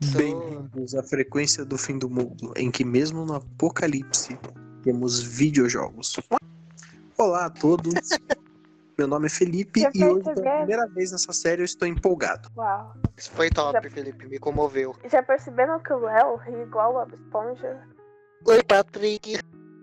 Bem-vindos à frequência do fim do mundo, em que mesmo no apocalipse temos videojogos. Olá a todos, meu nome é Felipe e hoje pela primeira vez nessa série eu estou empolgado. Uau. Isso foi top, Felipe, me comoveu. Já perceberam que o Léo ri igual o Bob Esponja? Oi, Patrick.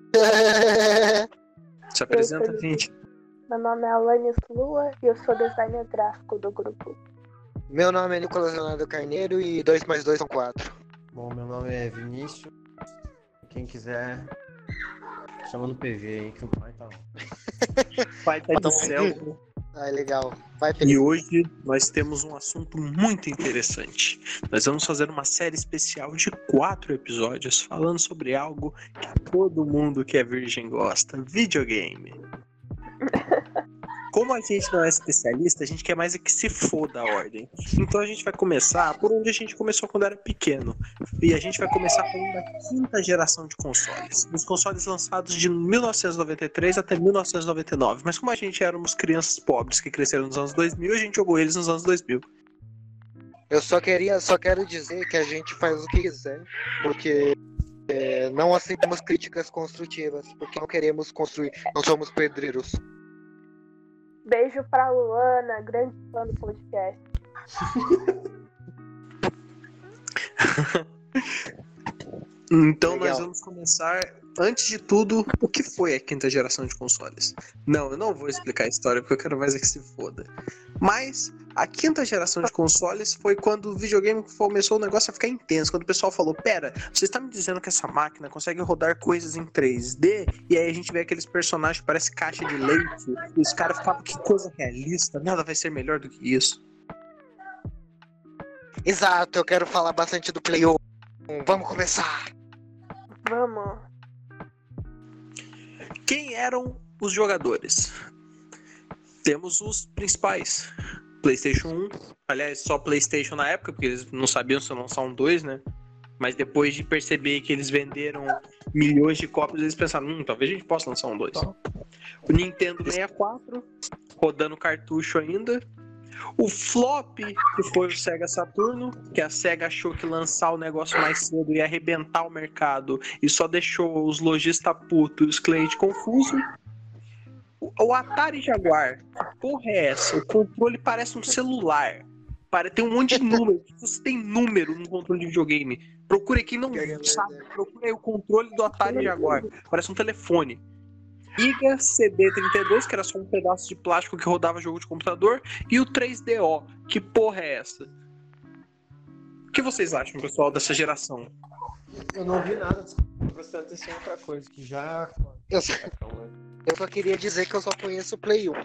Se apresenta, gente. Meu nome é Alanis Lua e eu sou designer gráfico do grupo. Meu nome é Nicolas Leonardo Carneiro e 2 mais 2 são 4. Bom, meu nome é Vinícius. Quem quiser, chama no PV aí que o pai tá on. Pai tá do céu. Ah, legal. Vai, Felipe. E hoje nós temos um assunto muito interessante. Nós vamos fazer uma série especial de 4 episódios falando sobre algo que todo mundo que é virgem gosta: videogame. Como a gente não é especialista, a gente quer mais é que se foda a ordem. Então a gente vai começar por onde a gente começou quando era pequeno. E a gente vai começar falando da 5ª geração de consoles. Os consoles lançados de 1993 até 1999. Mas como a gente éramos crianças pobres que cresceram nos anos 2000, a gente jogou eles nos anos 2000. Eu só quero dizer que a gente faz o que quiser, porque não aceitamos críticas construtivas, porque não queremos construir, não somos pedreiros. Beijo pra Luana, grande fã do podcast. Então Legal. nós vamos começar, antes de tudo, o que foi a 5ª geração de consoles. Não, eu não vou explicar a história porque eu quero mais é que se foda. Mas a 5ª geração de consoles foi quando o videogame começou o negócio a ficar intenso. Quando o pessoal falou, pera, você está me dizendo que essa máquina consegue rodar coisas em 3D? E aí a gente vê aqueles personagens que parecem caixa de leite. E os caras ficavam, que coisa realista, nada vai ser melhor do que isso. Exato, eu quero falar bastante do Play 1. Vamos começar! Vamos. Quem eram os jogadores? Temos os principais. PlayStation 1, aliás, só PlayStation na época, porque eles não sabiam se lançar um 2, né? Mas depois de perceber que eles venderam milhões de cópias, eles pensaram, talvez a gente possa lançar um 2. O Nintendo 64, rodando cartucho ainda. O flop, que foi o Sega Saturno, que a Sega achou que lançar o negócio mais cedo ia arrebentar o mercado e só deixou os lojistas putos e os clientes confusos. O Atari Jaguar, que porra é essa? O controle parece um celular. Tem um monte de número. Você tem número no controle de videogame. Procure aqui, não sabe. Procure aí o controle do Atari Jaguar. Parece um telefone. Iga CD32, que era só um pedaço de plástico que rodava jogo de computador. E o 3DO. Que porra é essa? O que vocês acham, pessoal, dessa geração? Eu não ouvi nada, prestando atenção em outra coisa, que já... Eu só queria dizer que eu só conheço o Play 1.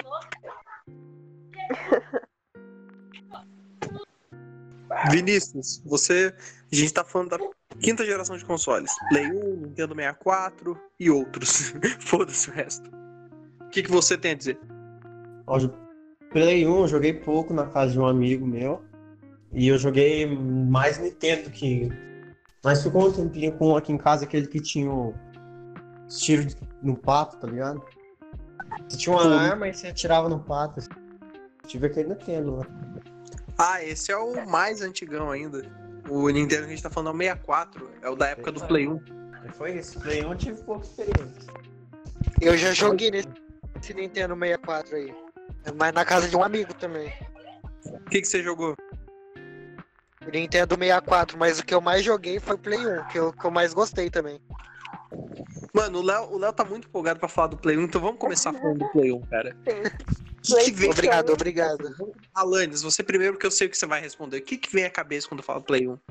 Vinícius, a gente tá falando da 5ª geração de consoles. Play 1, Nintendo 64 e outros. Foda-se o resto. O que você tem a dizer? Ó, Play 1 eu joguei pouco na casa de um amigo meu. E eu joguei mais Nintendo que... Mas ficou um tempinho com um aqui em casa, aquele que tinha os tiros no pato, tá ligado? Você tinha uma arma e você atirava no pato. Eu tive aquele Nintendo lá. Ah, esse é o mais antigão ainda. O Nintendo que a gente tá falando é o 64. É o da época do Play 1. Foi esse Play 1, eu tive pouca experiência. Eu já joguei nesse Nintendo 64 aí. Mas na casa de um amigo também. O que você jogou? O Nintendo 64, mas o que eu mais joguei foi o Play 1, que eu mais gostei também. Mano, o Léo tá muito empolgado pra falar do Play 1, então vamos começar falando do Play 1, cara. Sim. Que vem... Obrigado. Alanis, você primeiro, porque eu sei o que você vai responder. O que vem à cabeça quando fala Play 1?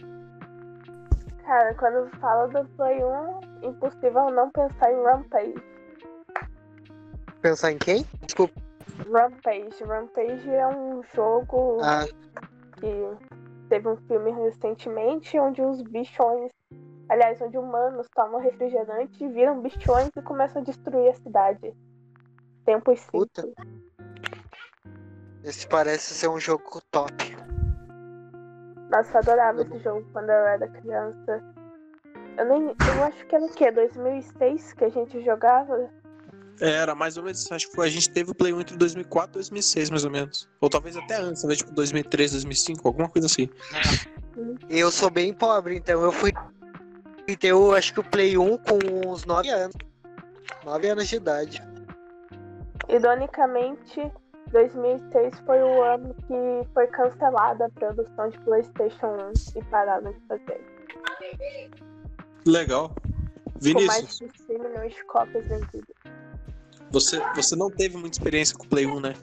Cara, quando fala do Play 1, impossível não pensar em Rampage. Pensar em quem? Desculpa. Rampage. Rampage é um jogo que teve um filme recentemente onde os bichões, aliás, onde humanos tomam refrigerante, viram bichões e começam a destruir a cidade. Tempos Puta. simples. Esse parece ser um jogo top. Nossa, eu adorava esse jogo quando eu era criança. Eu acho que era o quê? 2006 que a gente jogava? Era mais ou menos, acho que a gente teve o Play 1 entre 2004 e 2006, mais ou menos. Ou talvez até antes, talvez tipo 2003, 2005, alguma coisa assim. Eu sou bem pobre, então eu fui ter, eu acho que o Play 1 com uns 9 anos. 9 anos de idade. Ironicamente, 2006 foi o ano que foi cancelada a produção de PlayStation 1 e pararam de fazer. Legal. Com mais Vinícius, de 100 milhões de cópias vendidas. você não teve muita experiência com o Play 1, né?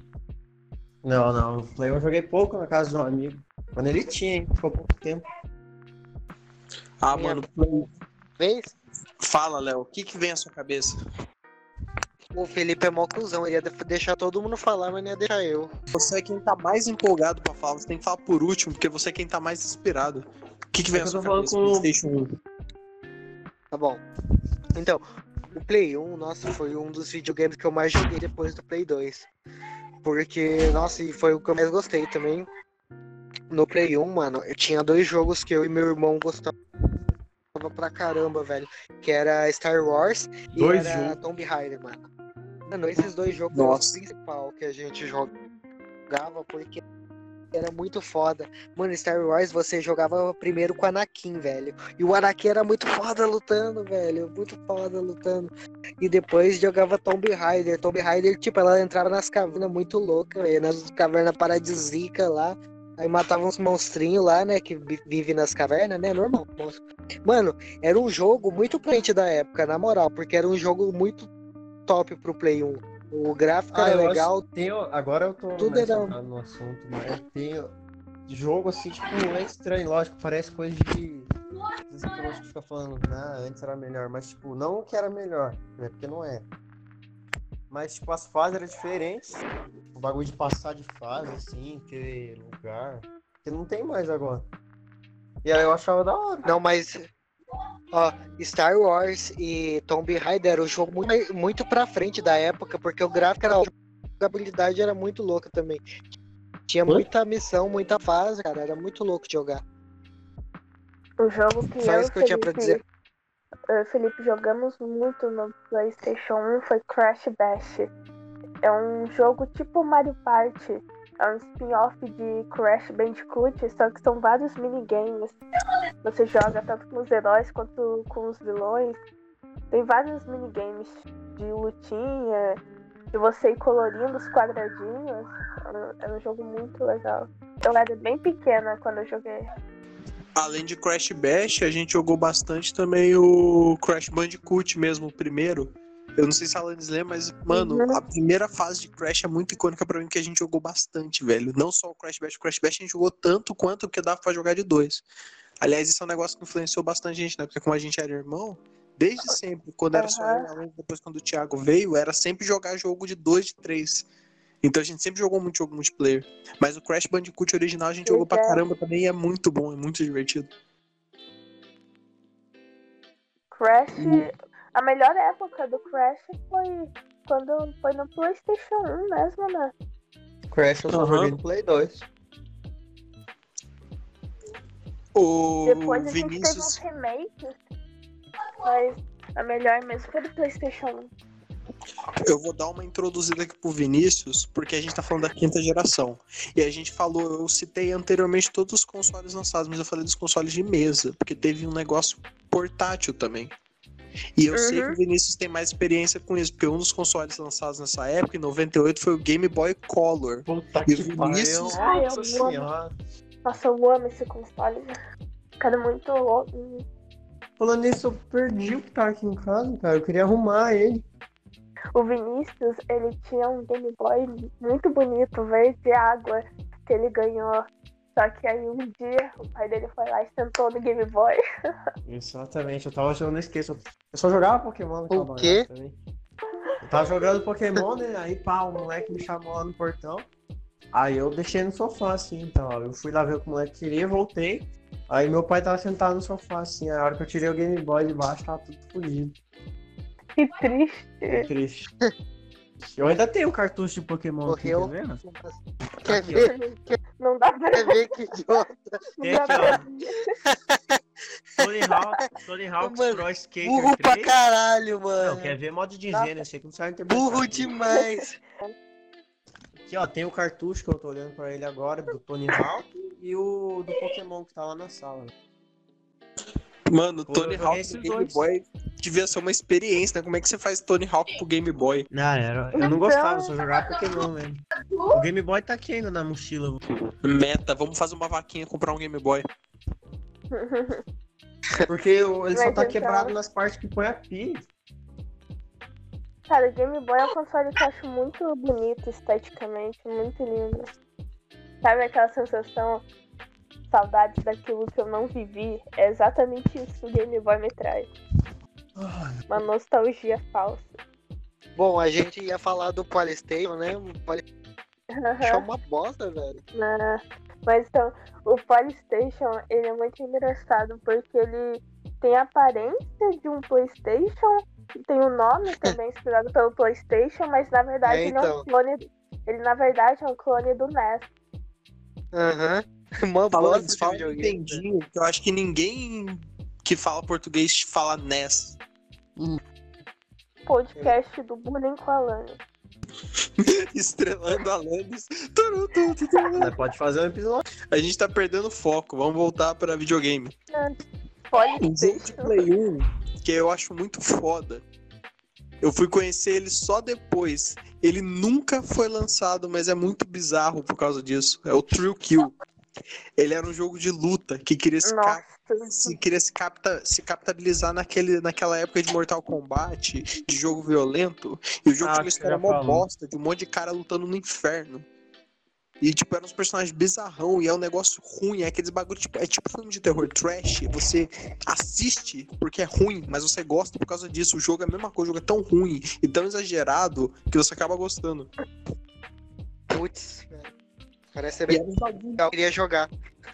Não. O Play eu joguei pouco na casa de um amigo. Quando ele tinha, hein? Ficou pouco tempo. Ah, Minha mano, Play... vez, Fala, Léo, o que vem à sua cabeça? o Felipe é mó cuzão, ele ia deixar todo mundo falar, mas não ia deixar eu. Você é quem tá mais empolgado pra falar, você tem que falar por último, porque você é quem tá mais inspirado. O que vem à sua cabeça? PlayStation 1. Tá bom. Então, o Play 1, nossa, foi um dos videogames que eu mais joguei depois do Play 2. Porque, nossa, e foi o que eu mais gostei também. No Play 1, mano, eu tinha 2 jogos que eu e meu irmão gostavam pra caramba, velho. Que era Star Wars e era Tomb Raider, mano. Mano, esses 2 jogos eram os principais que a gente jogava, porque era muito foda. Mano, Star Wars você jogava primeiro com o Anakin, velho. E o Anakin era muito foda lutando, velho. Muito foda lutando. E depois jogava Tomb Raider. Tomb Raider, tipo, ela entrava nas cavernas muito loucas, velho. Nas cavernas paradisíacas lá. Aí matava uns monstrinhos lá, né? Que vive nas cavernas, né? Normal. Mano, era um jogo muito frente da época, na moral. Porque era um jogo muito top pro Play 1. O gráfico era legal. Agora eu tô tudo mais era... focado no assunto, mas tem jogo assim, tipo, é estranho, lógico, parece coisa de... Às vezes que eu acho que fica falando, antes era melhor, mas tipo, não que era melhor, né? Porque não é. Mas tipo, as fases eram diferentes. O bagulho de passar de fase, assim, ter lugar. Que não tem mais agora. E aí eu achava da hora. Não, mas... Ó, Star Wars e Tomb Raider era um jogo muito pra frente da época, porque o gráfico era... A jogabilidade era muito louca também. Tinha muita missão, muita fase, cara. Era muito louco de jogar. O jogo que Só isso que eu tinha pra dizer. Felipe, jogamos muito no PlayStation 1 foi Crash Bash. É um jogo tipo Mario Party. É um spin-off de Crash Bandicoot, só que são vários minigames. Você joga tanto com os heróis quanto com os vilões. Tem vários minigames de lutinha, de você ir colorindo os quadradinhos. É um jogo muito legal. Eu era bem pequena quando eu joguei. Além de Crash Bash, a gente jogou bastante também o Crash Bandicoot mesmo, o primeiro. Eu não sei se a Alanis lembra, mas, mano, a primeira fase de Crash é muito icônica pra mim, que a gente jogou bastante, velho. Não só o Crash Bash a gente jogou tanto quanto que dava pra jogar de 2. Aliás, isso é um negócio que influenciou bastante a gente, né? Porque como a gente era irmão, desde sempre, quando era só eu e a Alanis, depois quando o Thiago veio, era sempre jogar jogo de 2, de 3. Então a gente sempre jogou muito jogo multiplayer. Mas o Crash Bandicoot original a gente jogou pra caramba também e é muito bom, é muito divertido. Crash... A melhor época do Crash foi quando foi no PlayStation 1 mesmo, né? Crash eu só joguei no Play 2. Depois a gente Vinícius... teve uns remakes, mas a melhor mesmo foi do PlayStation 1. Eu vou dar uma introduzida aqui pro Vinícius, porque a gente tá falando da 5ª geração. E a gente falou, eu citei anteriormente todos os consoles lançados, mas eu falei dos consoles de mesa, porque teve um negócio portátil também. E eu sei que o Vinícius tem mais experiência com isso, porque um dos consoles lançados nessa época, em 98, foi o Game Boy Color. Puta e que o Vinícius... Nossa senhora. Nossa, eu amo esse console. Cara, muito louco. Falando nisso, eu perdi o que tá aqui em casa, cara. Eu queria arrumar ele. O Vinícius, ele tinha um Game Boy muito bonito, verde água, que ele ganhou. Só que aí um dia o pai dele foi lá e sentou no Game Boy. Exatamente, eu não esqueço. Eu só jogava Pokémon. O quê? Também. Eu tava jogando Pokémon, né? Aí pá, o moleque me chamou lá no portão. Aí eu deixei no sofá, assim, então. Eu fui lá ver o que o moleque queria, voltei. Aí meu pai tava sentado no sofá, assim. A hora que eu tirei o Game Boy de baixo, tava tudo fodido. Que triste. Que triste. Eu ainda tenho cartucho de Pokémon. Morreu. Aqui, quer ver? Quer ver? Não dá pra Quer ver que idiota? Tem aqui, ó. Tony Hawk's Pro Skater Burro 3. pra caralho, mano. Não, quer ver modo de dizer, né? Sei que não sabe interpretar. Burro demais. Aqui, ó, tem o cartucho que eu tô olhando pra ele agora, do Tony Hawk. e o do Pokémon que tá lá na sala. Mano, Pô, Tony eu joguei Hawk esses pro Game dois. Boy devia ser uma experiência, né? Como é que você faz Tony Hawk pro Game Boy? Eu não gostava, eu só jogava Pokémon mesmo. O Game Boy tá aqui ainda na mochila. Meta, vamos fazer uma vaquinha e comprar um Game Boy. Porque ele só Mas tá então- quebrado nas partes que põe a pilha. Cara, o Game Boy é um console que eu acho muito bonito esteticamente, muito lindo. Sabe aquela sensação, saudades daquilo que eu não vivi? É exatamente isso que o Game Boy me traz. Uma nostalgia falsa. Bom, a gente ia falar do PlayStation, né? O PlayStation é uma bosta, velho. Mas então, o PlayStation, ele é muito engraçado porque ele tem a aparência de um PlayStation, tem o nome também inspirado pelo PlayStation, mas na verdade ele é um clone. Ele na verdade é um clone do NES. Aham. Uma Falando bosta de videogame. entendi, eu acho que ninguém que fala português fala NES. Podcast do Bullying com a Lani. Estrelando a Alanis. Mas pode fazer um episódio. A gente tá perdendo foco, vamos voltar pra videogame. Um jogo de PlayStation. Play 1 que eu acho muito foda. Eu fui conhecer ele só depois. Ele nunca foi lançado, mas é muito bizarro por causa disso. É o Thrill Kill. Ele era um jogo de luta que queria se capitalizar naquela época de Mortal Kombat, de jogo violento. E o jogo tinha uma história mó bosta, de um monte de cara lutando no inferno. E, tipo, eram uns personagens bizarrão, e é um negócio ruim, é aqueles bagulho, tipo, é tipo filme de terror trash, você assiste porque é ruim, mas você gosta por causa disso, o jogo é a mesma coisa, o jogo é tão ruim e tão exagerado que você acaba gostando. Putz, velho. Parece bem legal, eu queria jogar.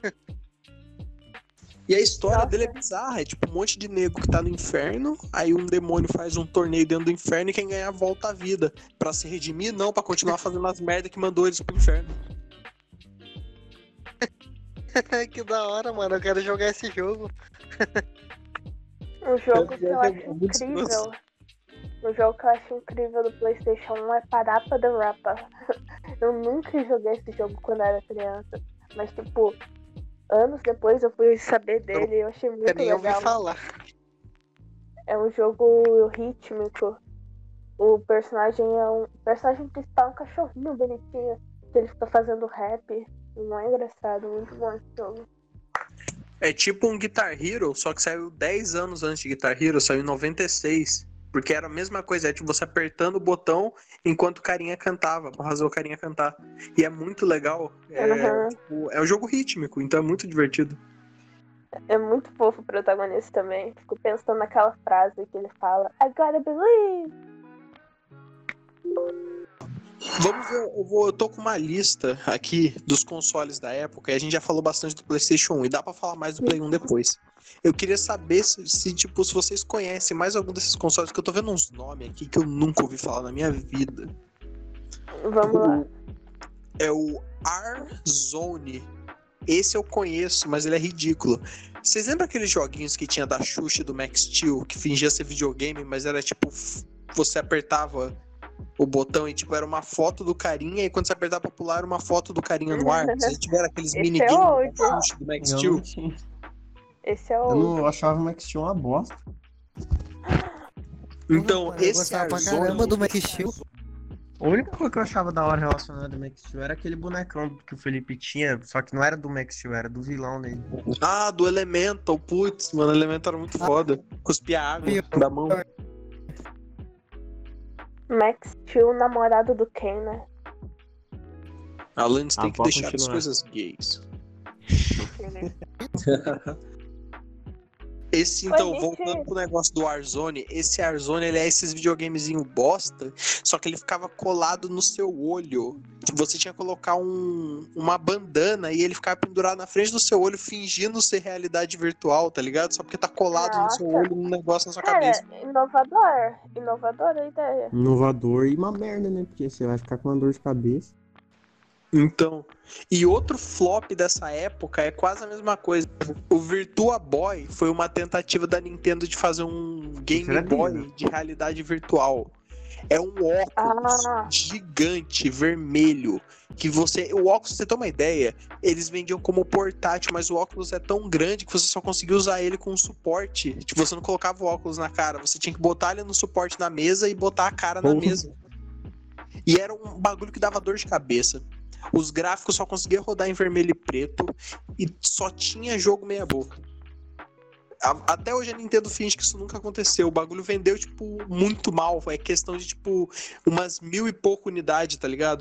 E a história dele é bizarra, é tipo um monte de nego que tá no inferno, aí um demônio faz um torneio dentro do inferno e quem ganhar volta à vida. Pra se redimir, não, pra continuar fazendo as merdas que mandou eles pro inferno. Que da hora, mano. Eu quero jogar esse jogo. Um jogo que eu acho incrível. O jogo que eu acho incrível do PlayStation 1 é Parappa the Rapper. Eu nunca joguei esse jogo quando era criança. Mas, tipo, anos depois eu fui saber dele e eu achei muito Também legal. ouvi falar. É um jogo rítmico. O personagem principal é um cachorrinho bonitinho. Que ele fica fazendo rap. Não é engraçado, muito bom esse jogo. É tipo um Guitar Hero, só que saiu 10 anos antes de Guitar Hero, saiu em 96. Porque era a mesma coisa, é tipo você apertando o botão enquanto o carinha cantava, pra fazer o carinha cantar. E é muito legal. É um jogo rítmico, então é muito divertido. É muito fofo o protagonista também. Fico pensando naquela frase que ele fala: I gotta believe! Vamos ver, eu tô com uma lista aqui dos consoles da época e a gente já falou bastante do PlayStation 1 e dá pra falar mais do Play 1 depois. Eu queria saber se vocês conhecem mais algum desses consoles, que eu tô vendo uns nomes aqui que eu nunca ouvi falar na minha vida. Vamos lá. É o Warzone. Esse eu conheço, mas ele é ridículo. Vocês lembram aqueles joguinhos que tinha da Xuxa e do Max Steel, que fingia ser videogame, mas era tipo, você apertava o botão e tipo, era uma foto do carinha, e quando você apertava pra pular, era uma foto do carinha no ar. Vocês tiveram aqueles minigames da Xuxa e do Max Steel? Esse é o. Eu não achava o Max Steel uma bosta. Então, eu esse gostava pra Warzone... caramba do Max Steel. A única coisa que eu achava da hora relacionada ao Max Steel era aquele bonecão que o Felipe tinha, só que não era do Max Steel, era do vilão dele. Ah, do Elemental, putz, mano, o Elemental era muito foda. Cuspia água da mão. Max Steel, namorado do Ken, né? Alanis tem que pode deixar as continuar. coisas gays. Esse, então, Oi, voltando gente. pro negócio do Warzone, esse Warzone, ele é esses videogamezinho bosta, só que ele ficava colado no seu olho. Você tinha que colocar uma bandana e ele ficava pendurado na frente do seu olho, fingindo ser realidade virtual, tá ligado? Só porque tá colado no seu olho, um negócio na sua cabeça. Inovador a ideia. Inovador e uma merda, né? Porque você vai ficar com uma dor de cabeça. Então, e outro flop dessa época é quase a mesma coisa. O Virtua Boy foi uma tentativa da Nintendo de fazer um Game Boy de realidade virtual. É um óculos gigante, vermelho. Que você. O óculos, pra você ter uma ideia, eles vendiam como portátil, mas o óculos é tão grande que você só conseguia usar ele com um suporte. Tipo, você não colocava o óculos na cara, você tinha que botar ele no suporte na mesa e botar a cara na mesa. E era um bagulho que dava dor de cabeça. Os gráficos só conseguia rodar em vermelho e preto e só tinha jogo meia boca. Até hoje a Nintendo finge que isso nunca aconteceu. O bagulho vendeu, tipo, muito mal. É questão de, tipo, umas 1000 e pouco unidades, tá ligado?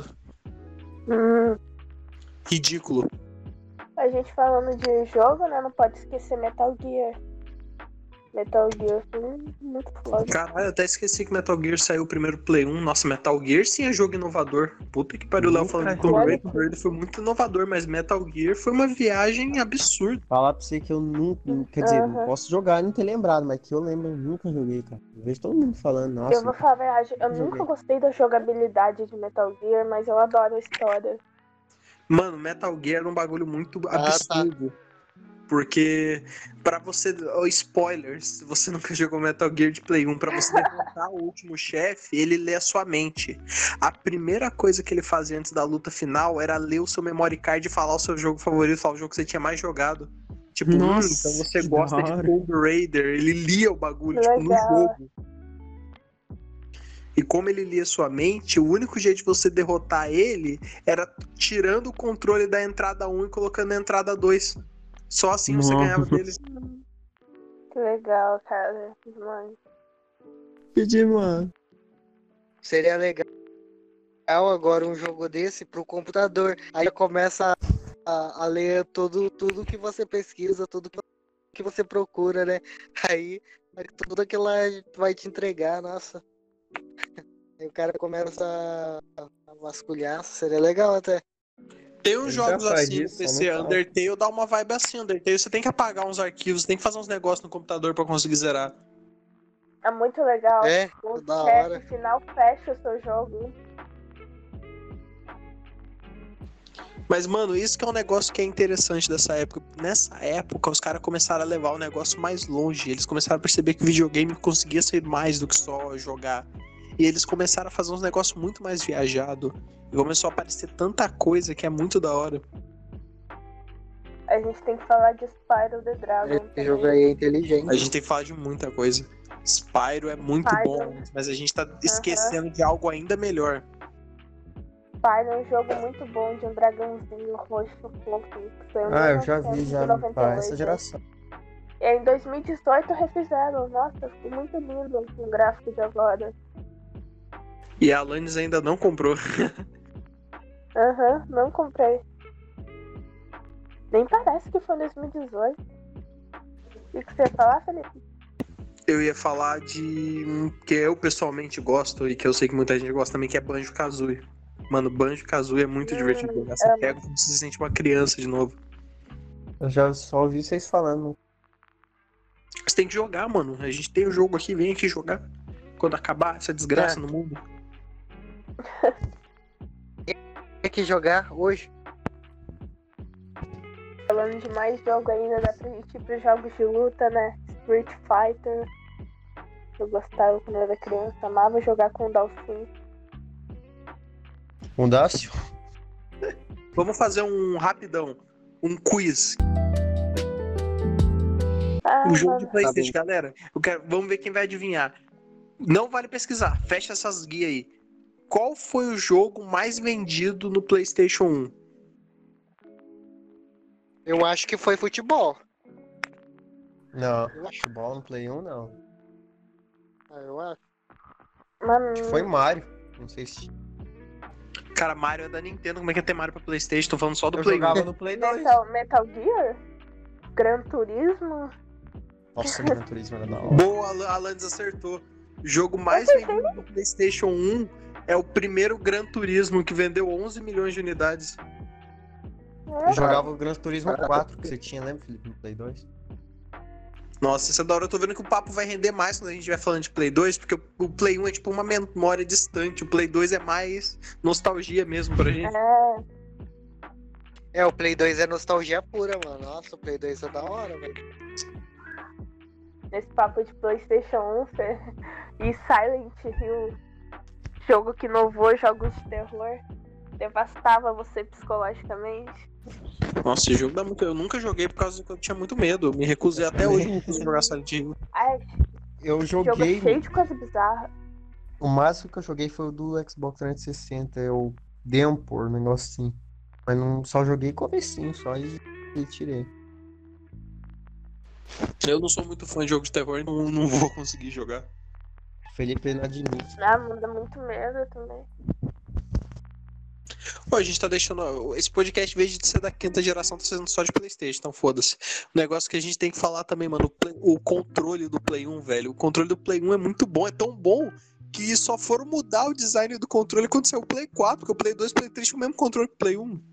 Ridículo. A gente falando de jogo, né? Não pode esquecer Metal Gear. Metal Gear foi muito foda. Caralho, até esqueci que Metal Gear saiu o primeiro Play 1. Nossa, Metal Gear sim é jogo inovador. Puta que pariu, o Léo falando de Tomb Raider. Tomb Raider foi muito inovador, mas Metal Gear foi uma viagem absurda. Falar pra você que eu nunca, quer dizer, não posso jogar e não ter lembrado, mas que eu lembro, eu nunca joguei, cara. Eu vejo todo mundo falando, nossa. Eu vou falar a verdade, eu nunca gostei da jogabilidade de Metal Gear, mas eu adoro a história. Mano, Metal Gear era um bagulho muito absurdo. Porque, pra você. Spoilers, se você nunca jogou Metal Gear de Play 1, pra você derrotar o último chefe, ele lê a sua mente. A primeira coisa que ele fazia antes da luta final era ler o seu memory card e falar o seu jogo favorito, falar o jogo que você tinha mais jogado. Tipo, nossa, então você gosta de Tomb Raider. Ele lia o bagulho, tipo, no jogo. E como ele lia sua mente, o único jeito de você derrotar ele era tirando o controle da entrada 1 e colocando a entrada 2. Só assim você ganhava dele. Que legal, cara. Mano. Pedi, mano. Seria legal agora um jogo desse pro computador. Aí começa a ler tudo que você pesquisa, tudo que você procura, né? Aí tudo aquilo vai te entregar, nossa. Aí o cara começa a vasculhar, seria legal até. Tem uns jogos assim no PC, Undertale dá uma vibe assim, Undertale você tem que apagar uns arquivos, tem que fazer uns negócios no computador pra conseguir zerar. É muito legal. O da hora. Final fecha o seu jogo. Mas, mano, isso que é um negócio que é interessante dessa época. Nessa época, os caras começaram a levar o negócio mais longe. Eles começaram a perceber que o videogame conseguia ser mais do que só jogar. E eles começaram a fazer uns negócios muito mais viajados. E começou a aparecer tanta coisa que é muito da hora. A gente tem que falar de Spyro the Dragon. Esse jogo aí é inteligente. A gente tem que falar de muita coisa. Spyro é muito bom, mas a gente tá esquecendo de algo ainda melhor. Spyro é um jogo muito bom, de um dragãozinho roxo fofo. Eu já vi, pra essa geração. E em 2018 refizeram. Nossa, ficou muito lindo o gráfico de agora. E a Alanis ainda não comprou. Não comprei. Nem parece que foi 2018. O que você ia falar, Felipe? Eu ia falar de um que eu pessoalmente gosto e que eu sei que muita gente gosta também, que é Banjo-Kazooie. Mano, Banjo-Kazooie é muito divertido jogar. Você pega e você se sente uma criança de novo. Eu já só ouvi vocês falando. Você tem que jogar, mano. A gente tem o jogo aqui, vem aqui jogar. Quando acabar essa desgraça no mundo. Tem que jogar hoje. Falando de mais jogo ainda, dá pra gente ir pros jogos de luta, né? Street Fighter. Eu gostava quando eu era criança, amava jogar com o Dalsin. Um Dácio? Vamos fazer um rapidão. Um quiz. Um jogo de PlayStation, galera. Vamos ver quem vai adivinhar. Não vale pesquisar. Fecha essas guias aí. Qual foi o jogo mais vendido no PlayStation 1? Eu acho que foi futebol. Não, futebol no Play 1 não. Eu acho. Acho que foi Mario. Não sei se. Cara, Mario é da Nintendo. Como é que é ter Mario pra PlayStation? Tô falando só do Play 1. Eu jogava no Play 2. Metal Gear? Gran Turismo? Nossa, Gran Turismo era da hora. Boa, Alanis acertou. O jogo mais vendido do PlayStation 1 é o primeiro Gran Turismo, que vendeu 11 milhões de unidades. Eu jogava o Gran Turismo 4 que você tinha, lembra, Felipe, no Play 2? Nossa, isso é da hora. Eu tô vendo que o papo vai render mais quando a gente estiver falando de Play 2, porque o Play 1 é tipo uma memória distante. O Play 2 é mais nostalgia mesmo pra gente. O Play 2 é nostalgia pura, mano. Nossa, o Play 2 é da hora, velho. Nesse papo de PlayStation 1 e Silent Hill. jogo que inovou jogos de terror, devastava você psicologicamente. Nossa, esse jogo dá muito. Eu nunca joguei por causa que eu tinha muito medo. Eu me recusei até hoje a jogar Silent Hill. Ai, Eu esse jogo é joguei. cheio de coisa bizarra. O máximo que eu joguei foi o do Xbox 360. Eu dei um negócio assim. Mas não só joguei comecinho só e tirei. Eu não sou muito fã de jogo de terror, não vou conseguir jogar. Felipe não admite. Ah, me dá muito medo também. Pô, a gente tá deixando. Esse podcast, em vez de ser da quinta geração, tá sendo só de PlayStation, então foda-se. O negócio que a gente tem que falar também, mano, o controle do Play 1, velho. O controle do Play 1 é muito bom, é tão bom que só foram mudar o design do controle quando saiu o Play 4, porque o Play 2 e o Play 3 tinha o mesmo controle que o Play 1.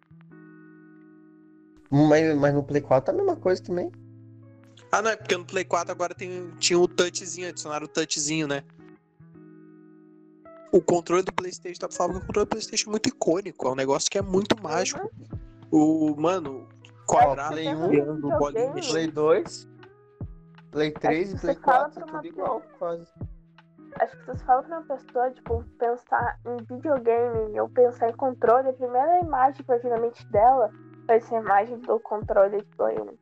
Mas no Play 4 é a mesma coisa também. Ah, não, é porque no Play 4 agora tinha o touchzinho, adicionaram o touchzinho, né? O controle do PlayStation, dá pra falar que o controle do PlayStation é muito icônico, é um negócio que é muito mágico. Mano, quadrado, Play 1, triângulo, bolinha, Play 2, Play 3 e Play 4, tudo igual, quase. Acho que vocês falam pra uma pessoa, tipo, pensar em videogame ou pensar em controle, a primeira imagem que vai vir na mente dela vai ser a imagem do controle de Play 1.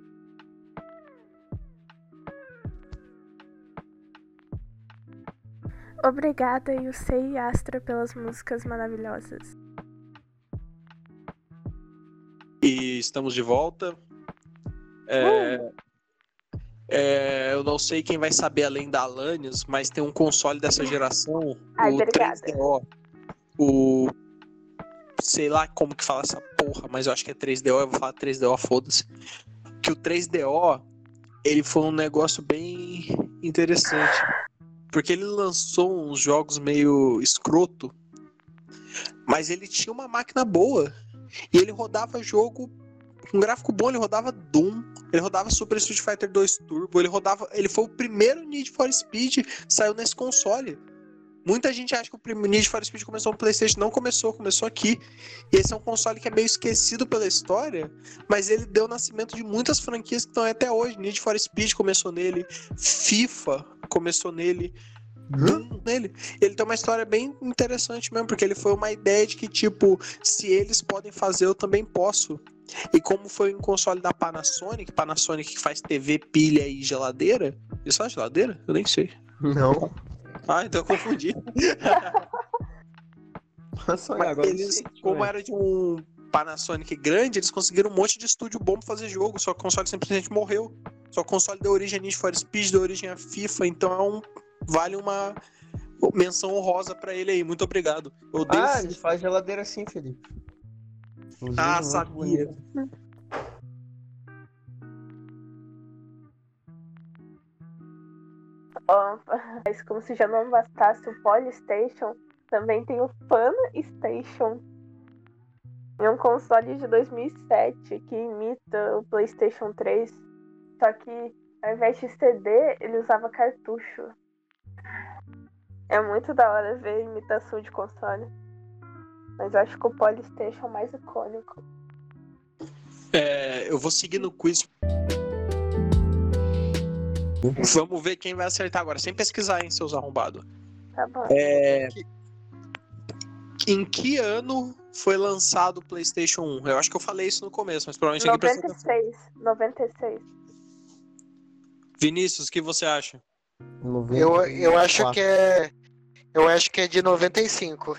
Obrigada, Yusei e Astra, pelas músicas maravilhosas. E estamos de volta. Eu não sei quem vai saber além da Alanios, mas tem um console dessa geração, Ai, o obrigada. 3DO. Sei lá como que fala essa porra, mas eu acho que é 3DO, eu vou falar 3DO, foda-se. Que o 3DO, ele foi um negócio bem interessante. Porque ele lançou uns jogos meio escroto, mas ele tinha uma máquina boa. E ele rodava jogo com gráfico bom, ele rodava Doom, ele rodava Super Street Fighter 2 Turbo, ele foi o primeiro Need for Speed que saiu nesse console. Muita gente acha que o primeiro Need for Speed começou no PlayStation, não começou aqui. E esse é um console que é meio esquecido pela história, mas ele deu nascimento de muitas franquias que estão aí até hoje. Need for Speed começou nele, FIFA começou nele, Doom nele. Ele tem uma história bem interessante mesmo, porque ele foi uma ideia de que, tipo, se eles podem fazer, eu também posso. E como foi um console da Panasonic que faz TV, pilha e geladeira. Isso faz geladeira? Eu nem sei. Não. Ah, então eu confundi. Nossa, Mas agora eles, como era de um Panasonic grande, eles conseguiram um monte de estúdio bom pra fazer jogo, só que o console simplesmente morreu. Só que o console deu origem a Need for Speed, deu origem a FIFA, então vale uma menção honrosa pra ele aí. Muito obrigado. Eu odeio ele faz geladeira sim, Felipe. Ah, sabia. Mas como se já não bastasse o Polystation, também tem o FunStation. É um console de 2007 que imita o PlayStation 3, só que ao invés de CD, ele usava cartucho. É muito da hora ver a imitação de console. Mas eu acho que o Polystation é o mais icônico. Eu vou seguir no quiz. Vamos ver quem vai acertar agora, sem pesquisar, hein, seus arrombados. Tá bom. Em que ano foi lançado o PlayStation 1? Eu acho que eu falei isso no começo, mas provavelmente aqui prestou atenção. 96. Vinícius, o que você acha? Eu acho que é. Eu acho que é de 95.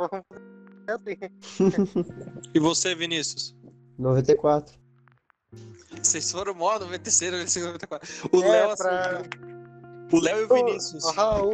E você, Vinícius? 94. Vocês foram mó 96, 95, 94. O Léo O Léo e o Vinícius.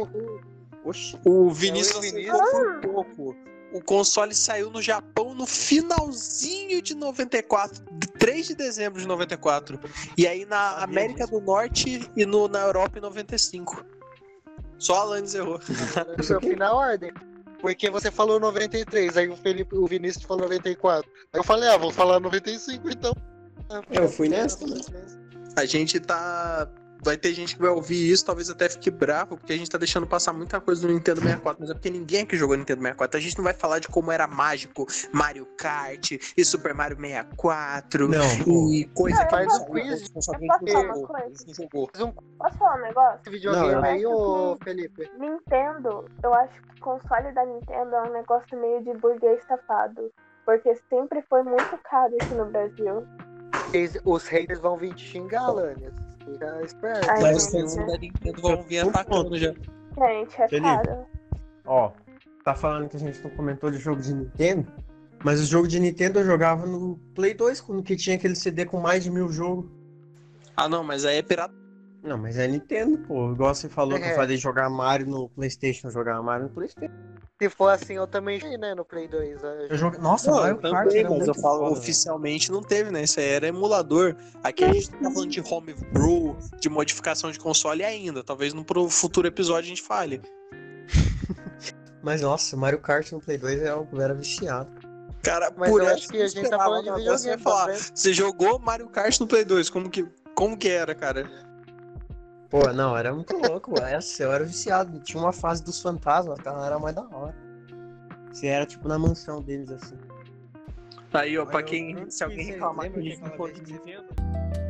O Vinícius acertou por pouco. O console saiu no Japão no finalzinho de 94, 3 de dezembro de 94. E aí na América do Norte e na Europa em 95. Só a Alanis errou. Eu fui na ordem. Porque você falou 93, aí o Vinícius falou 94. Aí eu falei, vou falar 95 então. Eu fui nessa. A gente tá vai ter gente que vai ouvir isso, talvez até fique bravo, porque a gente tá deixando passar muita coisa no Nintendo 64, mas é porque ninguém aqui jogou Nintendo 64. A gente não vai falar de como era mágico Mario Kart e Super Mario 64 e coisa que faz não um quiz. jogou. Posso falar um negócio? Esse videogame Não, aí, ô Felipe. Nintendo, eu acho que o console da Nintendo é um negócio meio de burguês safado. Porque sempre foi muito caro aqui no Brasil. Os haters vão vir te xingar, Lânia. Fica esperto. Ai, Mas os gente, fãs da Nintendo vão vir atacando já. Gente, é Felipe. caro. Ó, tá falando que a gente não comentou de jogo de Nintendo, mas o jogo de Nintendo eu jogava no Play 2, quando que tinha aquele CD com mais de 1000 jogos. Ah, não, mas aí é pirata. Não, mas é Nintendo, pô. Igual você falou que eu falei jogar Mario no PlayStation, jogar Mario no PlayStation. Se for assim, eu também joguei, né, no Play 2. Eu joguei... Nossa, Não, Mario eu Kart também, era mas muito eu falo foda, oficialmente não teve, né? Isso aí era emulador. Aqui a gente tá falando de homebrew, de modificação de console ainda. Talvez no futuro episódio a gente fale. velho. Mas nossa, Mario Kart no Play 2 é algo, era viciado. Cara, Mas por eu essa acho que a gente tá falando de agora você vai videogame, falar, tá vendo? você jogou Mario Kart no Play 2, como que era, cara? Pô, não, era muito louco, eu era viciado. Tinha uma fase dos fantasmas, cara, era mais da hora. Você era tipo na mansão deles, assim. Aí, ó, pra Eu quem, não se alguém sei, reclamar que lembra a gente não aquela falou vez de que você Nintendo...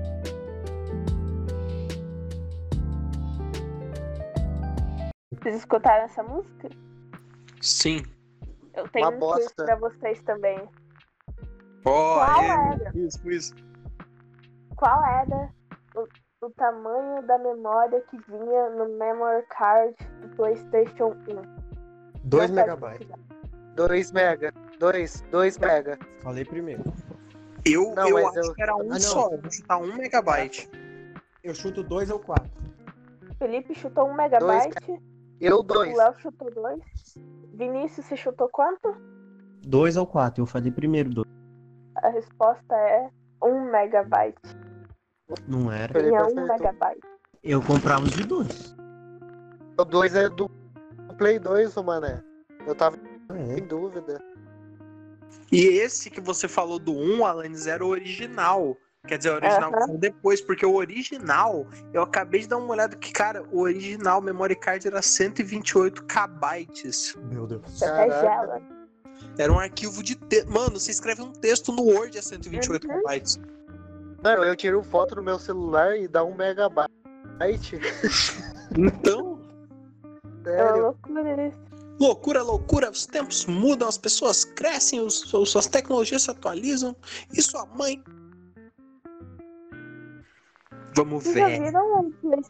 Vocês escutaram essa música? Sim. Eu tenho Uma um quiz bosta. pra vocês também. Ó, Qual é, era? isso. Qual era o tamanho da memória que vinha no memory card do PlayStation 1? 2 Não pode megabytes. pesquisar. 2 mega. 2 mega. Falei primeiro. Eu Não, mas acho eu- que era um Ah, não. só, eu vou chutar 1 megabyte. Eu chuto 2 ou 4. Felipe chutou 1 megabyte. Eu O 2. Léo chutou 2. Vinícius, você chutou quanto? 2 ou 4, eu falei primeiro 2. A resposta é 1 megabyte. Não era. Felipe Tinha 1 acertou. megabyte. Eu comprava os de 2. O 2 é do Play 2, ô mané. Eu tava em dúvida. E esse que você falou do 1, Alanis, era o original. Quer dizer, o original Aham. foi depois, porque o original, eu acabei de dar uma olhada que, cara, o original memory card era 128 KB. Meu Deus. Você até Caraca. gela. Era um arquivo de texto. Mano, você escreve um texto no Word a 128 Uhum. KB. Mano, eu tiro foto no meu celular e dá 1 megabyte. Então, É uma Sério. loucura isso. loucura, os tempos mudam, as pessoas crescem, suas tecnologias se atualizam. E sua mãe? Vamos Vocês já ver. viram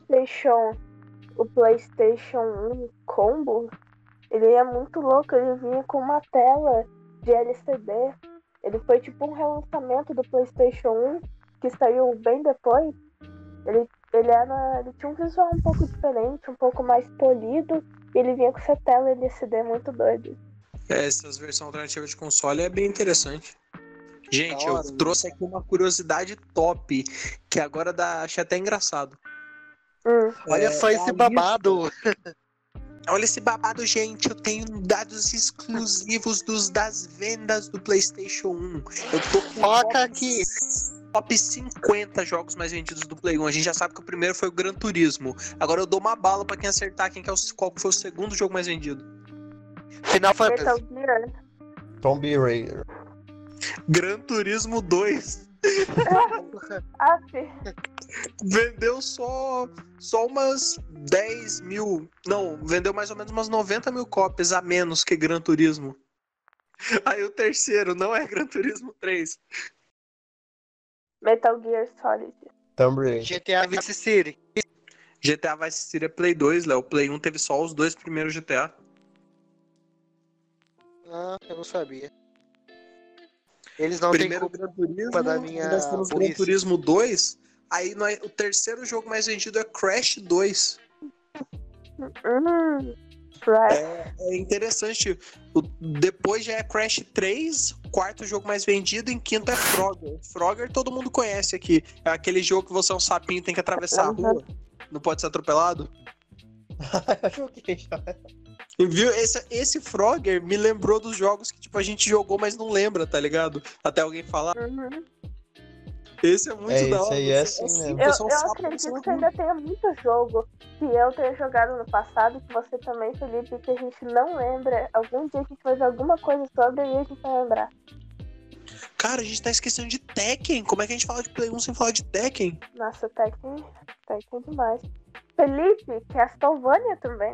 o PlayStation 1 Combo? Ele é muito louco, ele vinha com uma tela de LCD. Ele foi tipo um relançamento do PlayStation 1 que saiu bem depois. Ele tinha um visual um pouco diferente, um pouco mais polido, e ele vinha com essa tela LCD muito doido. Essas versões alternativas de console é bem interessante. Gente, Da hora, eu trouxe aqui uma curiosidade top, que agora achei até engraçado. Olha só É esse a babado. Olha esse babado, gente. Eu tenho dados exclusivos das vendas do PlayStation 1. Eu tô com Foca aqui. top 50 jogos mais vendidos do Play 1. A gente já sabe que o primeiro foi o Gran Turismo. Agora eu dou uma bala pra quem acertar qual foi o segundo jogo mais vendido. Final Metal Fantasy. Gear. Tomb Raider. Gran Turismo 2. Vendeu só umas 10 mil. Não, vendeu mais ou menos umas 90 mil cópias a menos que Gran Turismo. Aí o terceiro não é Gran Turismo 3. Metal Gear Solid. Tomb Raider. GTA Vice City. GTA Vice City é Play 2, Léo. O Play 1 teve só os dois primeiros GTA. Ah, eu não sabia. Eles não têm Primeiro culpa Gran Turismo, da minha nós temos Gran burrice. Turismo 2. Aí o terceiro jogo mais vendido é Crash 2. Right. É interessante. Depois já é Crash 3, quarto jogo mais vendido, em quinto é Frogger. Frogger todo mundo conhece aqui. É aquele jogo que você é um sapinho e tem que atravessar a rua. Não pode ser atropelado. Joguei já. E viu? Esse Frogger me lembrou dos jogos que tipo, a gente jogou, mas não lembra, tá ligado? Até alguém falar. Esse é muito da hora. Esse aí é assim mesmo. Eu acredito que ainda tenha muito jogo que eu tenha jogado no passado, que você também, Felipe, que a gente não lembra. Algum dia a gente vai fazer alguma coisa sobre e a gente vai lembrar. Cara, a gente tá esquecendo de Tekken. Como é que a gente fala de Play 1 sem falar de Tekken? Nossa, Tekken demais. Felipe, Castlevania também.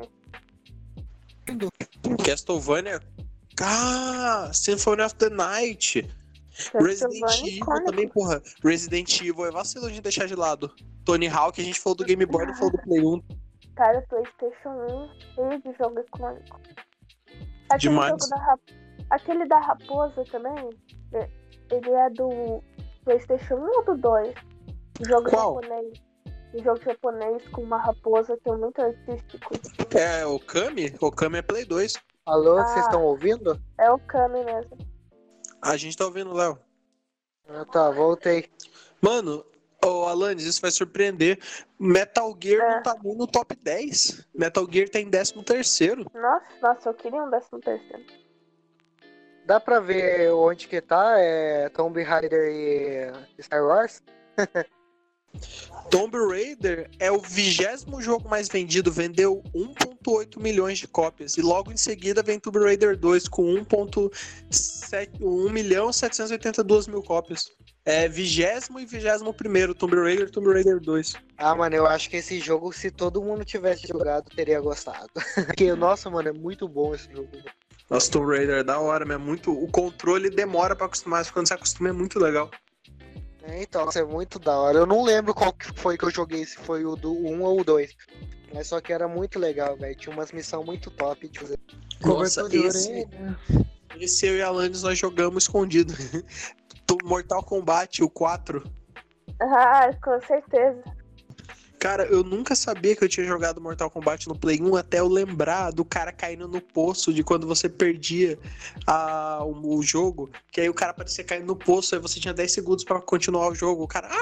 Castlevania. Symphony of the Night. Resident Evil também, porra. Resident Evil é vacilo de deixar de lado. Tony Hawk, a gente falou do Game Boy, não falou do Play 1. Cara, PlayStation 1, cheio de jogo icônico. Demais. Aquele da raposa também, ele é do PlayStation 1 ou do 2? Jogo Qual? japonês. Um jogo japonês com uma raposa que é muito artístico. É o Kami? O Kami é Play 2. Alô, vocês estão ouvindo? É o Kami mesmo. A gente tá ouvindo, Léo. Ah, tá, voltei. Mano, Alanis, isso vai surpreender. Metal Gear não tá nem no top 10. Metal Gear tá em 13º. Nossa, eu queria um 13º. Dá pra ver onde que tá? É Tomb Raider e Star Wars? Tomb Raider é o 20º jogo mais vendido, vendeu 1.8 milhões de cópias. E logo em seguida vem Tomb Raider 2 com 1.782 mil cópias. É 20º e 21º Tomb Raider 2. Ah, mano, eu acho que esse jogo, se todo mundo tivesse jogado, teria gostado. Porque, nossa, mano, é muito bom esse jogo. Nossa, Tomb Raider é da hora, mas é muito... O controle demora pra acostumar, mas quando você acostuma é muito legal. Então, isso é muito da hora. Eu não lembro qual que foi que eu joguei, se foi o do 1 ou o 2. Mas só que era muito legal, velho. Tinha umas missões muito top de fazer. Nossa, esse eu e a Alanis nós jogamos escondido. Mortal Kombat, o 4. Ah, com certeza. Cara, eu nunca sabia que eu tinha jogado Mortal Kombat no Play 1 até eu lembrar do cara caindo no poço, de quando você perdia o jogo, que aí o cara parecia caindo no poço, aí você tinha 10 segundos pra continuar o jogo, o cara...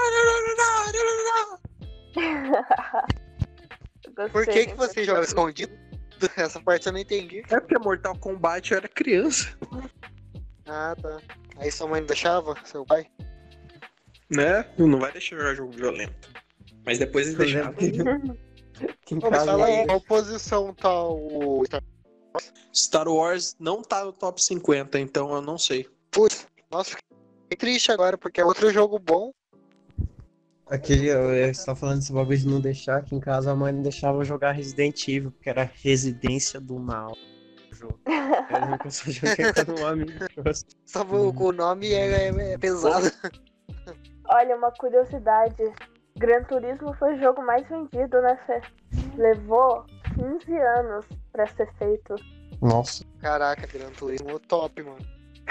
Por que você joga escondido? Essa parte eu não entendi. É porque Mortal Kombat eu era criança. Ah, tá. Aí sua mãe não deixava? Seu pai? Né? Não vai deixar jogar jogo violento. Mas depois eles deixaram. Mas fala aí, qual posição tá o Star Wars não tá no top 50, então eu não sei. Putz, nossa, fiquei triste agora, porque é outro jogo bom. Você tá falando desse bagulho de não deixar, aqui em casa a mãe não deixava eu jogar Resident Evil, porque era Residência do Mal. Eu só joguei com um amigo. Só o nome é pesado. Olha, uma curiosidade. Gran Turismo foi o jogo mais vendido, né, Fê? Levou 15 anos pra ser feito. Nossa. Caraca, Gran Turismo top, mano.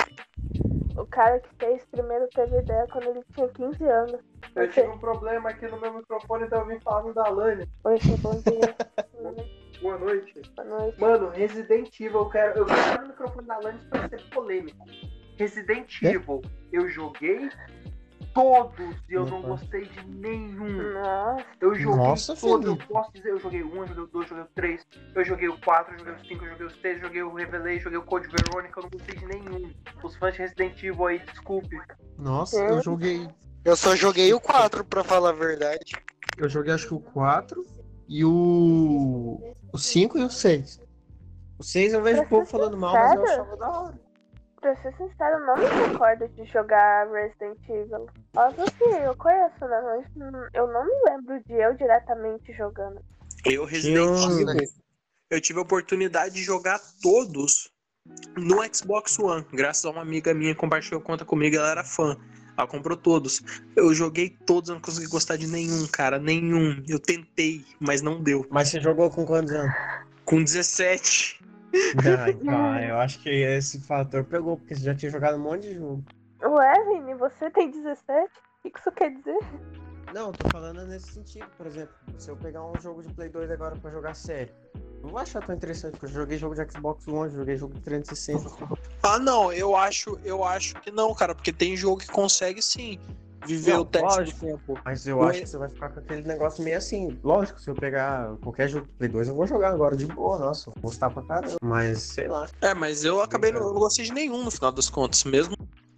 O cara que fez primeiro teve ideia quando ele tinha 15 anos. Eu tive um problema aqui no meu microfone, então eu vim falando da Alane. Oi, Fê, bom dia. Boa noite. Boa noite. Mano, Resident Evil, eu quero no microfone da Alane pra ser polêmico. Resident Evil, eu joguei todos e eu não gostei de nenhum. Nossa. Eu joguei Nossa, todos, filho. eu posso dizer, eu joguei o 1, eu joguei o 2, eu joguei o 3, eu joguei o 4, eu joguei o 5, eu joguei o 6, eu joguei o Revelation, eu joguei o Code Veronica, eu não gostei de nenhum. Os fãs de Resident Evil aí, desculpe. Nossa, eu joguei. Eu só joguei o 4, pra falar a verdade. Eu joguei acho que o 4 e o 5 e o 6. O 6 eu vejo o povo falando mal, mas eu achava da hora. Pra ser sincero, eu não me recordo de jogar Resident Evil. Óbvio que eu conheço, né? Mas eu não me lembro de eu diretamente jogando. Eu, Resident Evil, eu tive a oportunidade de jogar todos no Xbox One, graças a uma amiga minha que compartilhou conta comigo, ela era fã. Ela comprou todos. Eu joguei todos, eu não consegui gostar de nenhum, cara, nenhum. Eu tentei, mas não deu. Mas você jogou com quantos anos? Com 17. Eu acho que esse fator pegou, porque você já tinha jogado um monte de jogo. Ué, Vini, você tem 17? O que isso quer dizer? Não, eu tô falando nesse sentido, por exemplo, se eu pegar um jogo de Play 2 agora pra jogar sério, não vou achar tão interessante, porque eu joguei jogo de Xbox One, joguei jogo de 360. Ah, não, eu acho que não, cara, porque tem jogo que consegue sim viver o teste do tempo. Mas eu acho que você vai ficar com aquele negócio meio assim. Lógico, se eu pegar qualquer jogo de Play 2, eu vou jogar agora de boa, nossa, vou gostar pra caramba. Mas, sei lá. Mas eu acabei não gostei de nenhum no final das contas, mesmo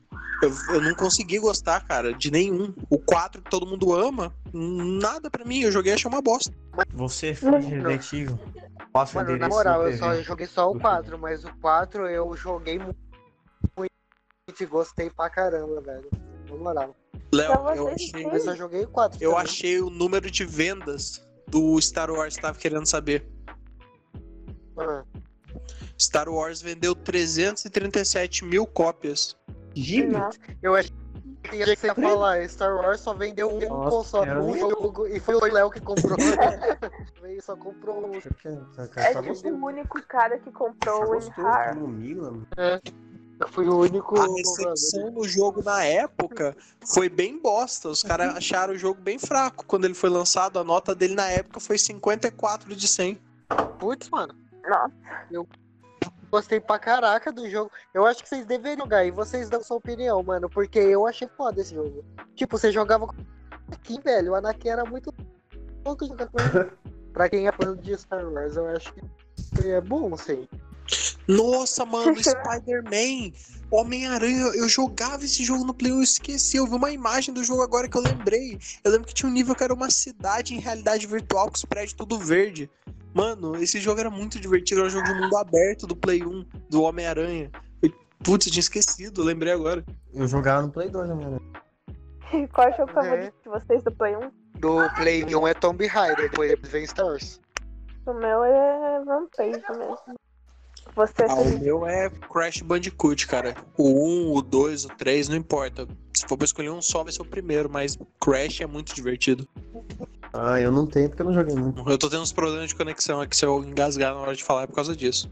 Eu não consegui gostar, cara, de nenhum. O 4 que todo mundo ama, nada pra mim. Eu joguei e achei uma bosta. Você foi de Resident Evil. Passa o Mano, na endereço moral, no eu PV. joguei só o 4, mas o 4 eu joguei muito e gostei pra caramba, velho. Na moral. Léo, Então eu vocês achei, têm- Eu só joguei o 4 eu também. achei o número de vendas do Star Wars que tava querendo saber. Ah, Star Wars vendeu 337 mil cópias. Gibi? Nossa. eu achei que você ia falar, Star Wars só vendeu um Nossa, console, cara. um jogo, e foi o Léo que comprou. Ele só comprou um. É tipo o único cara que comprou o Gostou Enhar. como Mila, mano? Eu fui o único. A recepção do jogo na época foi bem bosta. Os caras acharam o jogo bem fraco. Quando ele foi lançado, a nota dele na época foi 54 de 100. Putz, mano. Nossa. Gostei pra caraca do jogo. Eu acho que vocês deveriam jogar e vocês dão sua opinião, mano. Porque eu achei foda esse jogo. Tipo, você jogava com o Anakin, velho. O Anakin era muito louco jogar com ele. Pra quem é fã de Star Wars, eu acho que é bom, sim. Nossa, mano, Spider-Man, Homem-Aranha, eu jogava esse jogo no Play 1, eu esqueci, eu vi uma imagem do jogo agora que eu lembrei. Eu lembro que tinha um nível que era uma cidade em realidade virtual com os prédios tudo verde. Mano, esse jogo era muito divertido, era um jogo de mundo aberto do Play 1, do Homem-Aranha. Putz, eu tinha esquecido, lembrei agora. Eu jogava no Play 2, né? Qual é o jogo favorito de vocês do Play 1? Do Play 1 é Tomb Raider, depois vem Star Wars. O meu é Rampage mesmo. Você, Ah, o Felipe? meu é Crash Bandicoot, cara. O 1, o 2, o 3, não importa. Se for pra escolher um só, vai ser o primeiro, mas Crash é muito divertido. Ah, eu não tenho porque eu não joguei muito. Eu tô tendo uns problemas de conexão aqui, se eu engasgar na hora de falar é por causa disso.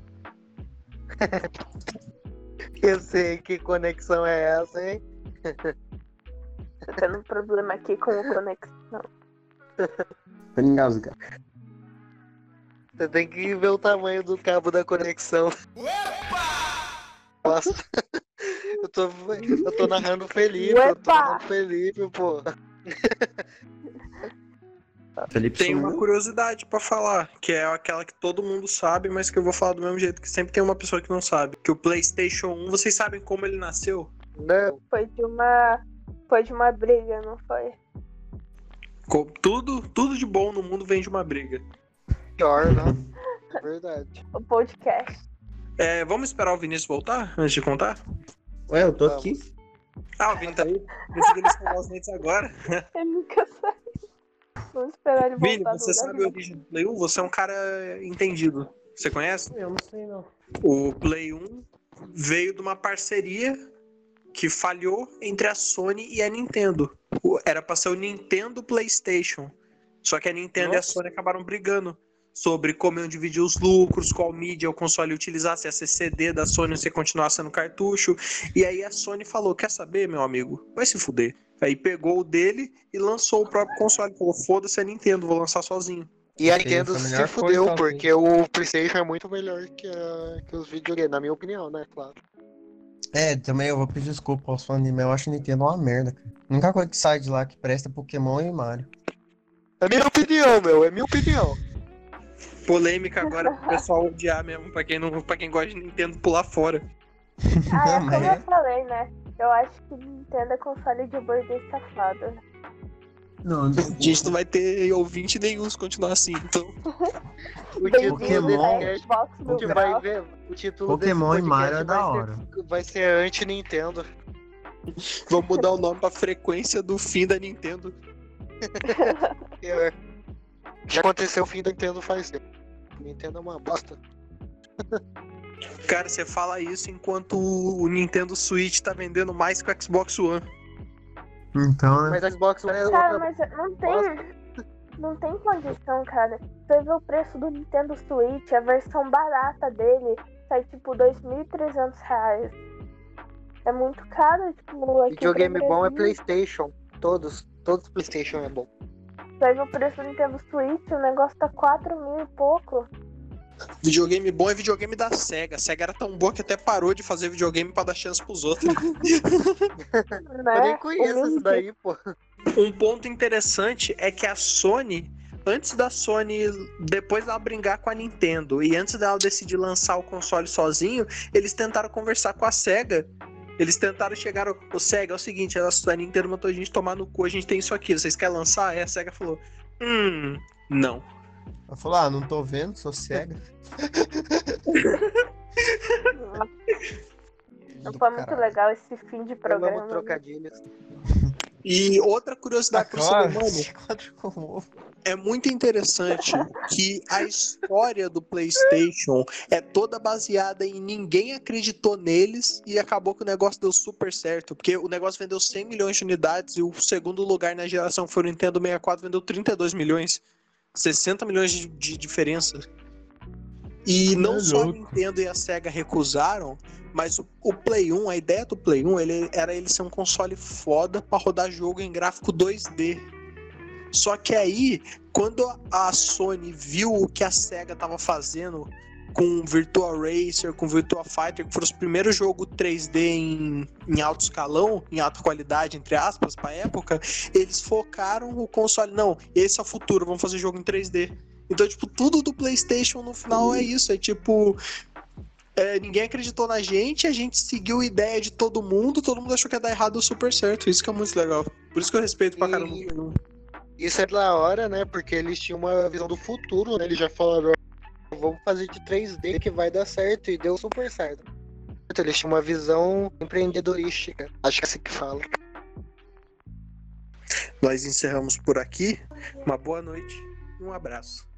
Eu sei que conexão é essa, hein? Tô tendo um problema aqui com o conexão. Pra engasgar. Você tem que ver o tamanho do cabo da conexão. Nossa. Eu tô narrando o Felipe, pô. Felipe Tem uma sumiu? curiosidade pra falar, que é aquela que todo mundo sabe, mas que eu vou falar do mesmo jeito, que sempre tem uma pessoa que não sabe. Que o PlayStation 1, vocês sabem como ele nasceu? Não, Foi de uma briga, não foi? Tudo de bom no mundo vem de uma briga. pior, né? É verdade. O podcast. Vamos esperar o Vinícius voltar antes de contar? Ué, eu tô Vamos. aqui. Ah, o Vini tá aí. Pensei que ele escovar os dentes agora. Ele nunca sai. Vamos esperar ele voltar. Vini, você do sabe a lugar. origem do Play 1? Você é um cara entendido. Você conhece? Eu não sei, não. O Play 1 veio de uma parceria que falhou entre a Sony e a Nintendo. Era pra ser o Nintendo PlayStation. Só que a Nintendo e a Sony acabaram brigando sobre como iam dividir os lucros, qual mídia o console ia utilizar, se ia ser CD da Sony ou se ia continuar sendo cartucho. E aí a Sony falou, quer saber, meu amigo? Vai se fuder. Aí pegou o dele e lançou o próprio console. Falou, foda-se a Nintendo, vou lançar sozinho. E a Sim, Nintendo foi a se melhor fudeu, coisa, porque o PlayStation é muito melhor que os videogames, na minha opinião, né? Claro. Também eu vou pedir desculpa aos fãs de mas eu acho a Nintendo uma merda, cara. A única coisa que sai de lá que presta é Pokémon e Mario. É minha opinião, meu, é minha opinião. Polêmica agora pro pessoal odiar mesmo, pra quem gosta de Nintendo pular fora. Ah, é Não, como mas- eu falei, né? Eu acho que Nintendo é console de burguês safado. Não, A gente não vai ter ouvinte nenhum se continuar assim, então. O Bem-vindo título a desse Xbox cast, a Mil gente vai Grau. ver, o título Pokémon desse e Mario podcast é da hora. vai ser anti-Nintendo. Vamos mudar o nome pra frequência do fim da Nintendo. Já aconteceu o fim da Nintendo faz tempo. Nintendo é uma bosta. Cara, você fala isso enquanto o Nintendo Switch tá vendendo mais que o Xbox One. Então, né? Mas a Xbox One é Cara, outra mas não tem condição, cara. Você vê o preço do Nintendo Switch, a versão barata dele sai tipo R$2.300. É muito caro, tipo, aqui videogame pro bom é Brasil. PlayStation. Todos PlayStation é bom. Você vê o preço do Nintendo Switch, o negócio tá 4.000 e pouco. Videogame bom é videogame da SEGA. A SEGA era tão boa que até parou de fazer videogame pra dar chance pros outros. Né? Eu nem conheço Humilde. isso daí, pô. Um ponto interessante é que a Sony, antes da Sony, depois dela brigar com a Nintendo e antes dela decidir lançar o console sozinho, eles tentaram conversar com a SEGA Eles tentaram chegar ao SEGA, é o seguinte, a Nintendo mandou a gente tomar no cu, a gente tem isso aqui, vocês querem lançar? Aí a SEGA falou, não. Ela falou, não tô vendo, sou cega. Não foi muito legal esse fim de programa. Vamos trocadilhos. E outra curiosidade pro ser humano, é muito interessante que a história do PlayStation é toda baseada em ninguém acreditou neles e acabou que o negócio deu super certo, porque o negócio vendeu 100 milhões de unidades e o segundo lugar na geração foi o Nintendo 64, vendeu 32 milhões, 60 milhões de diferença. E não só a Nintendo e a Sega recusaram, mas o Play 1, a ideia do Play 1 era ele ser um console foda pra rodar jogo em gráfico 2D. Só que aí, quando a Sony viu o que a Sega tava fazendo com Virtua Racer, com Virtua Fighter, que foram os primeiros jogos 3D em alto escalão, em alta qualidade, entre aspas, pra época, eles focaram o console. Não, esse é o futuro, vamos fazer jogo em 3D. Então, tipo, tudo do PlayStation no final é isso, é tipo... ninguém acreditou na gente, a gente seguiu a ideia de todo mundo achou que ia dar errado, deu super certo. Isso que é muito legal. Por isso que eu respeito pra caramba. Isso é da hora, né? Porque eles tinham uma visão do futuro, né? Eles já falaram, vamos fazer de 3D que vai dar certo, e deu super certo. Eles tinham uma visão empreendedorística, acho que é assim que fala. Nós encerramos por aqui. Uma boa noite e um abraço.